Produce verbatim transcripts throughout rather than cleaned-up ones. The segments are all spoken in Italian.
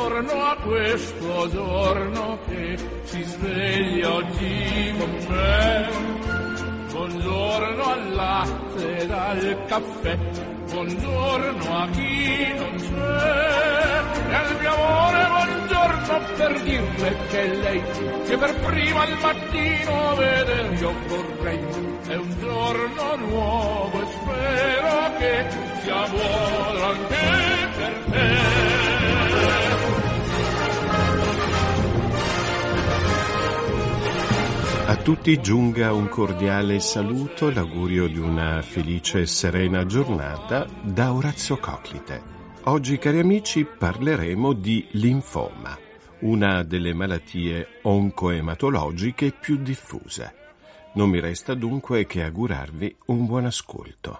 buongiorno a questo giorno che si sveglia oggi con me. Buongiorno al latte ed al caffè, buongiorno a chi non c'è. E al mio amore buongiorno per dirle che è lei che per prima al mattino vedere io vorrei. È un giorno nuovo e spero che sia buono anche per te. A tutti giunga un cordiale saluto e l'augurio di una felice e serena giornata da Orazio Coclite. Oggi, cari amici, parleremo di linfoma, una delle malattie oncoematologiche più diffuse. Non mi resta dunque che augurarvi un buon ascolto.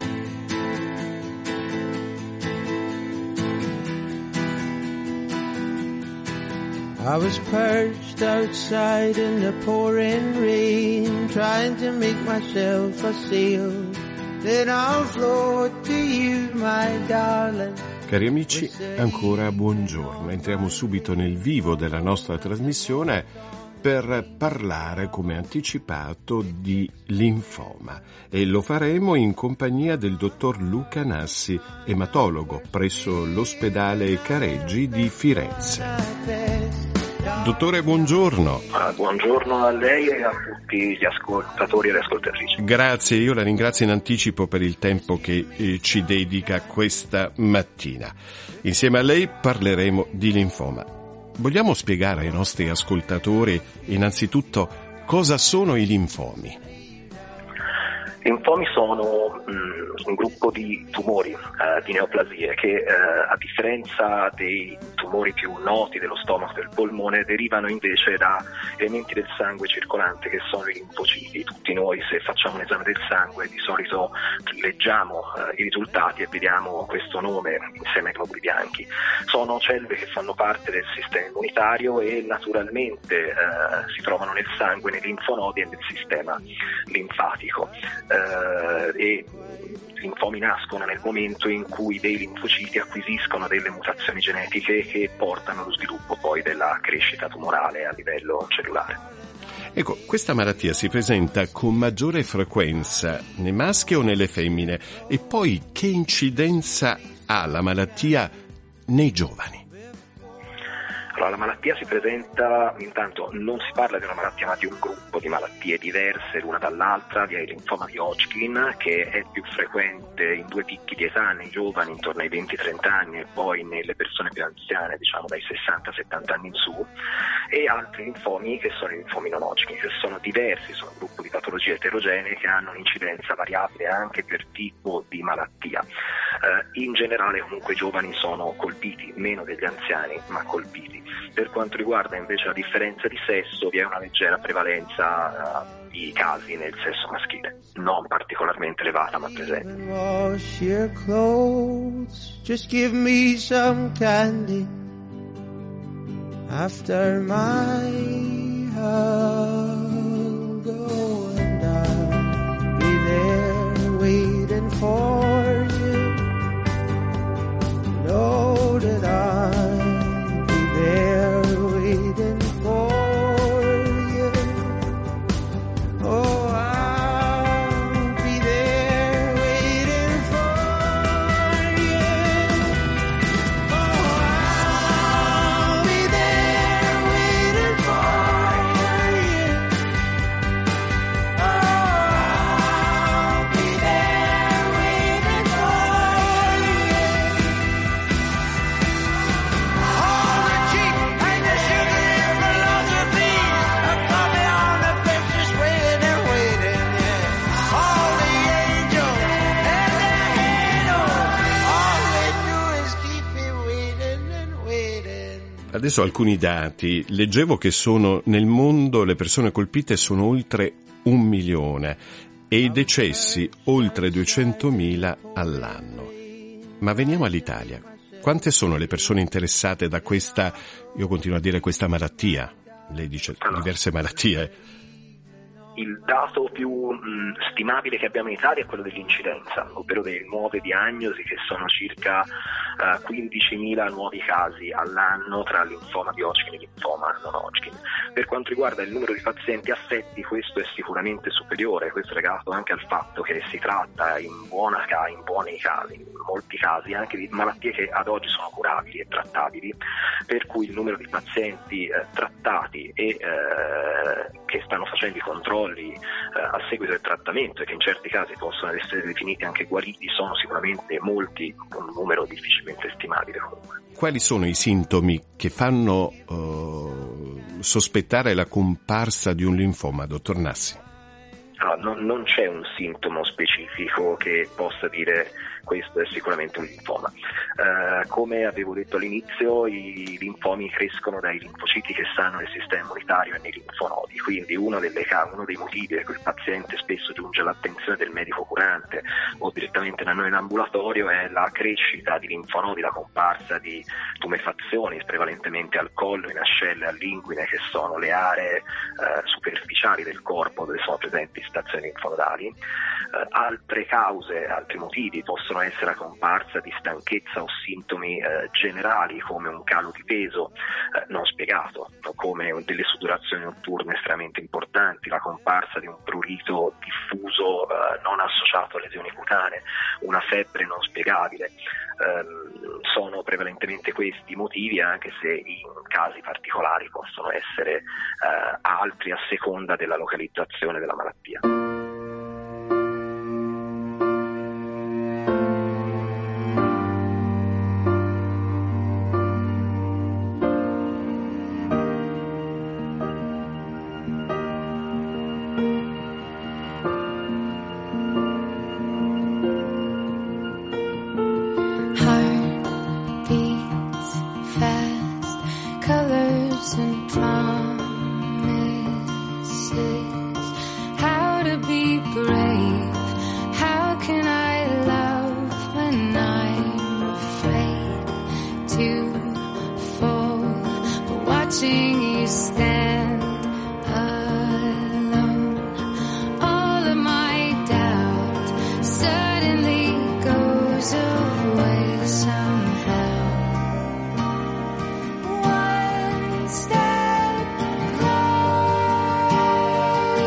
I was perched outside in the pouring rain, trying to make myself a sail. Then I'll float to you, my darling. Cari amici, ancora buongiorno. Entriamo subito nel vivo della nostra trasmissione per parlare, come anticipato, di linfoma. E lo faremo in compagnia del dottor Luca Nassi, ematologo presso l'ospedale Careggi di Firenze. Dottore, buongiorno. Ah, buongiorno a lei e a tutti gli ascoltatori e le ascoltatrici. Grazie, io la ringrazio in anticipo per il tempo che eh, ci dedica questa mattina. Insieme a lei parleremo di linfoma. Vogliamo spiegare ai nostri ascoltatori innanzitutto cosa sono i linfomi? I linfomi sono mh, un gruppo di tumori, eh, di neoplasie che eh, a differenza dei tumori più noti dello stomaco e del polmone derivano invece da elementi del sangue circolante che sono i linfociti. Tutti noi, se facciamo un esame del sangue, di solito leggiamo eh, i risultati e vediamo questo nome insieme ai globuli bianchi. Sono cellule che fanno parte del sistema immunitario e naturalmente eh, si trovano nel sangue, nei linfonodi e nel sistema linfatico. Uh, e i linfomi nascono nel momento in cui dei linfociti acquisiscono delle mutazioni genetiche che portano allo sviluppo poi della crescita tumorale a livello cellulare. Ecco, questa malattia si presenta con maggiore frequenza nei maschi o nelle femmine? E poi che incidenza ha la malattia nei giovani? Allora, la malattia si presenta, intanto non si parla di una malattia ma di un gruppo di malattie diverse l'una dall'altra. Vi è il linfoma di Hodgkin, che è più frequente in due picchi di età, nei giovani intorno ai venti trenta anni e poi nelle persone più anziane, diciamo dai sessanta settanta anni in su, e altri linfomi che sono i linfomi non Hodgkin, che sono diversi, sono un gruppo di patologie eterogenee che hanno un'incidenza variabile anche per tipo di malattia. Eh, in generale comunque i giovani sono colpiti, meno degli anziani, ma colpiti. Per quanto riguarda invece la differenza di sesso, vi è una leggera prevalenza uh, di casi nel sesso maschile, non particolarmente elevata ma presente. Wash your clothes, just give me some candy. After my hug, go and I'll be there waiting for you. Know that I'll be there waiting for you. Oh, I'll be there waiting for you. Oh, I'll be there waiting for you. Oh, I'll be there waiting for you. All the cheap and the sugary philosophies have got me on the bench just waiting and waiting, yeah. All the angels and the angels, all they do is keep me waiting and waiting. Adesso alcuni dati. Leggevo che sono nel mondo le persone colpite sono oltre un milione e i decessi oltre duecentomila all'anno. Ma veniamo all'Italia. Quante sono le persone interessate da questa, io continuo a dire questa malattia, lei dice diverse malattie. il dato più mh, stimabile che abbiamo in Italia è quello dell'incidenza, ovvero delle nuove diagnosi, che sono circa uh, quindicimila nuovi casi all'anno tra linfoma di Hodgkin e linfoma non Hodgkin. Per quanto riguarda il numero di pazienti affetti, questo è sicuramente superiore, questo è legato anche al fatto che si tratta in, buona, in buoni casi, in molti casi, anche di malattie che ad oggi sono curabili e trattabili, per cui il numero di pazienti eh, trattati e eh, che stanno facendo i controlli Eh, a seguito del trattamento e che in certi casi possono essere definiti anche guariti sono sicuramente molti, un numero difficilmente stimabile comunque. Quali sono i sintomi che fanno uh, sospettare la comparsa di un linfoma, dottor Nassi? Allora, non, non c'è un sintomo specifico che possa dire questo è sicuramente un linfoma. Uh, come avevo detto all'inizio, i linfomi crescono dai linfociti che stanno nel sistema immunitario e nei linfonodi, quindi uno, delle, uno dei motivi per cui il paziente spesso giunge all'attenzione del medico curante o direttamente da noi in ambulatorio è la crescita di linfonodi, la comparsa di tumefazioni prevalentemente al collo, in ascelle, all'inguine, che sono le aree uh, superficiali del corpo dove sono presenti stazioni linfonodali. Uh, altre cause, altri motivi possono essere la comparsa di stanchezza o sintomi eh, generali come un calo di peso eh, non spiegato, come delle sudorazioni notturne estremamente importanti, la comparsa di un prurito diffuso eh, non associato a lesioni cutanee, una febbre non spiegabile. Eh, sono prevalentemente questi i motivi, anche se in casi particolari possono essere eh, altri a seconda della localizzazione della malattia. One step closer.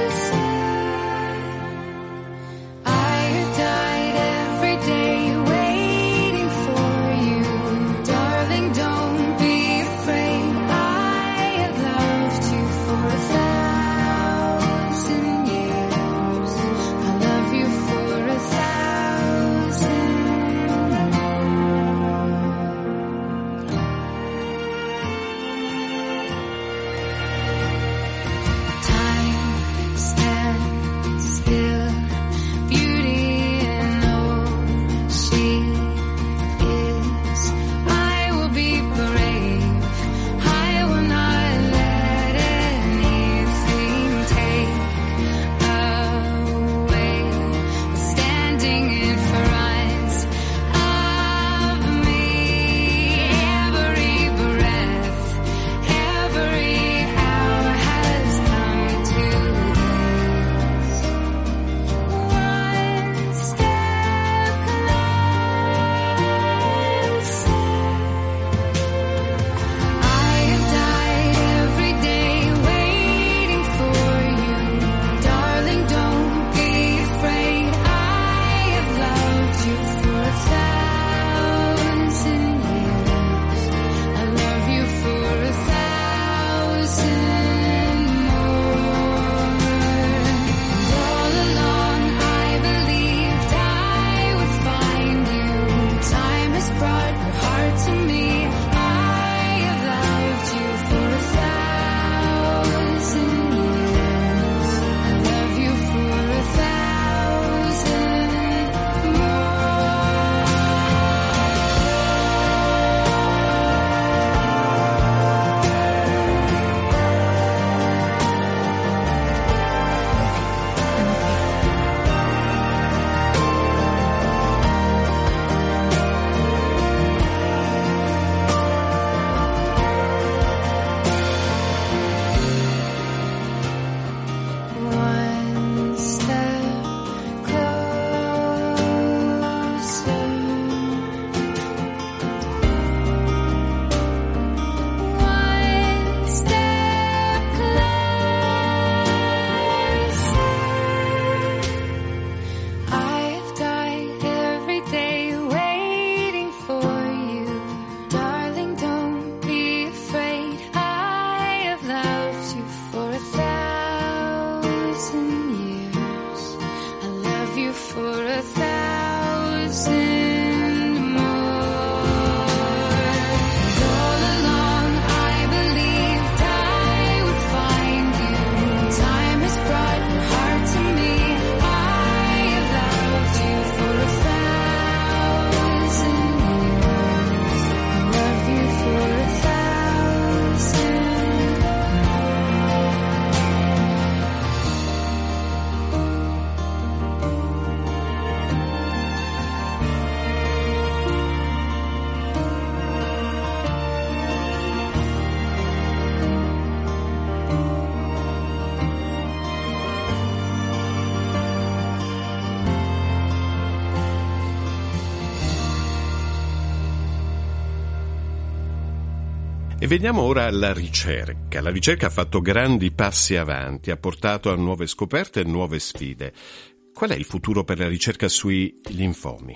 E veniamo ora alla ricerca. La ricerca ha fatto grandi passi avanti, ha portato a nuove scoperte e nuove sfide. Qual è il futuro per la ricerca sui linfomi?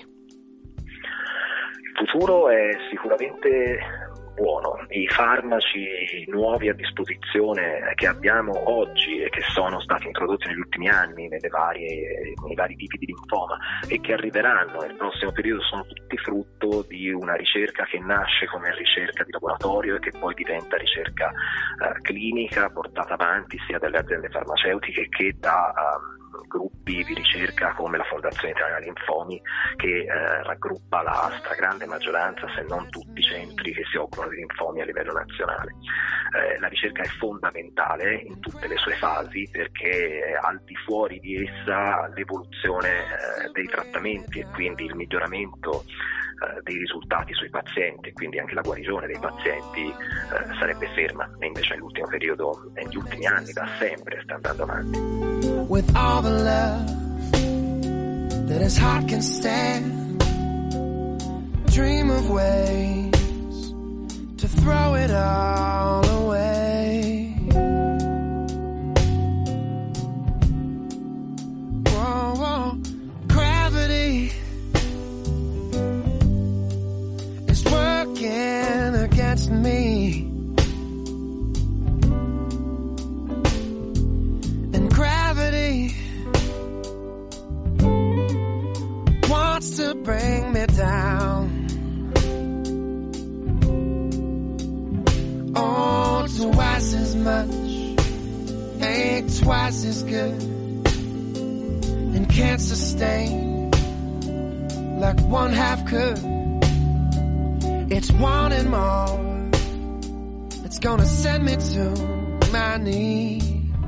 Il futuro è sicuramente buono. I farmaci nuovi a disposizione che abbiamo oggi e che sono stati introdotti negli ultimi anni nelle varie, nei vari tipi di linfoma e che arriveranno nel prossimo periodo sono tutti frutto di una ricerca che nasce come ricerca di laboratorio e che poi diventa ricerca eh, clinica portata avanti sia dalle aziende farmaceutiche che da um, gruppi di ricerca come la Fondazione Italiana Linfomi, che eh, raggruppa la stragrande maggioranza, se non tutti i centri che si occupano di linfomi a livello nazionale. Eh, la ricerca è fondamentale in tutte le sue fasi perché al di fuori di essa l'evoluzione eh, dei trattamenti e quindi il miglioramento eh, dei risultati sui pazienti e quindi anche la guarigione dei pazienti eh, sarebbe ferma, e invece nell'ultimo periodo, negli ultimi anni, da sempre sta andando avanti. With all the love that his heart can stand, dream of ways to throw it all away. Whoa, whoa. Gravity is working against me. Wants to bring me down. Oh, twice as much ain't twice as good, and can't sustain like one half could. It's wanting more. It's gonna send me to my knees.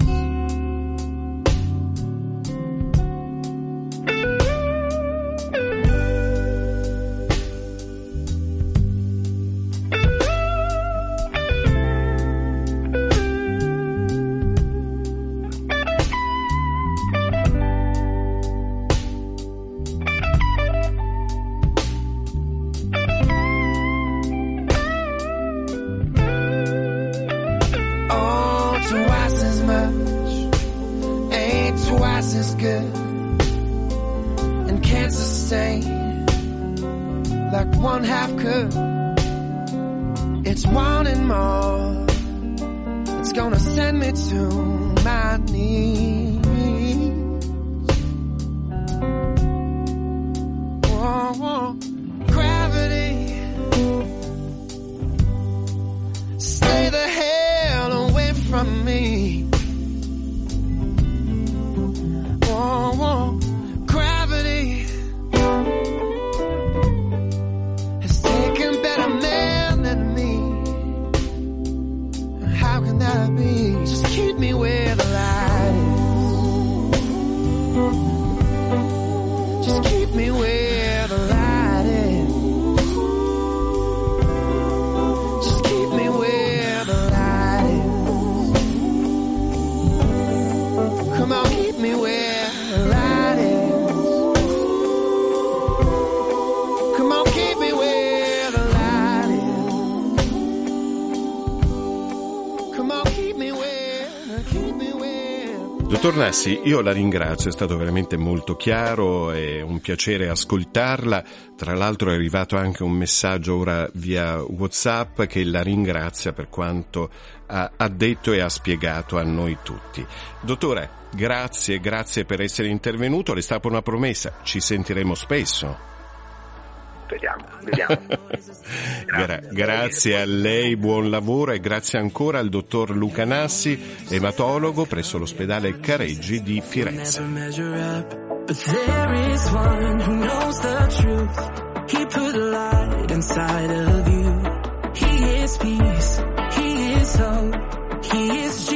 Dottor Nassi, io la ringrazio, è stato veramente molto chiaro, è un piacere ascoltarla. Tra l'altro è arrivato anche un messaggio ora via WhatsApp che la ringrazia per quanto ha, ha detto e ha spiegato a noi tutti. Dottore, grazie, grazie per essere intervenuto, le sta per una promessa, ci sentiremo spesso. Vediamo, vediamo. Gra- grazie a lei, buon lavoro, e grazie ancora al dottor Luca Nassi, ematologo presso l'ospedale Careggi di Firenze. He is peace, he is hope, he is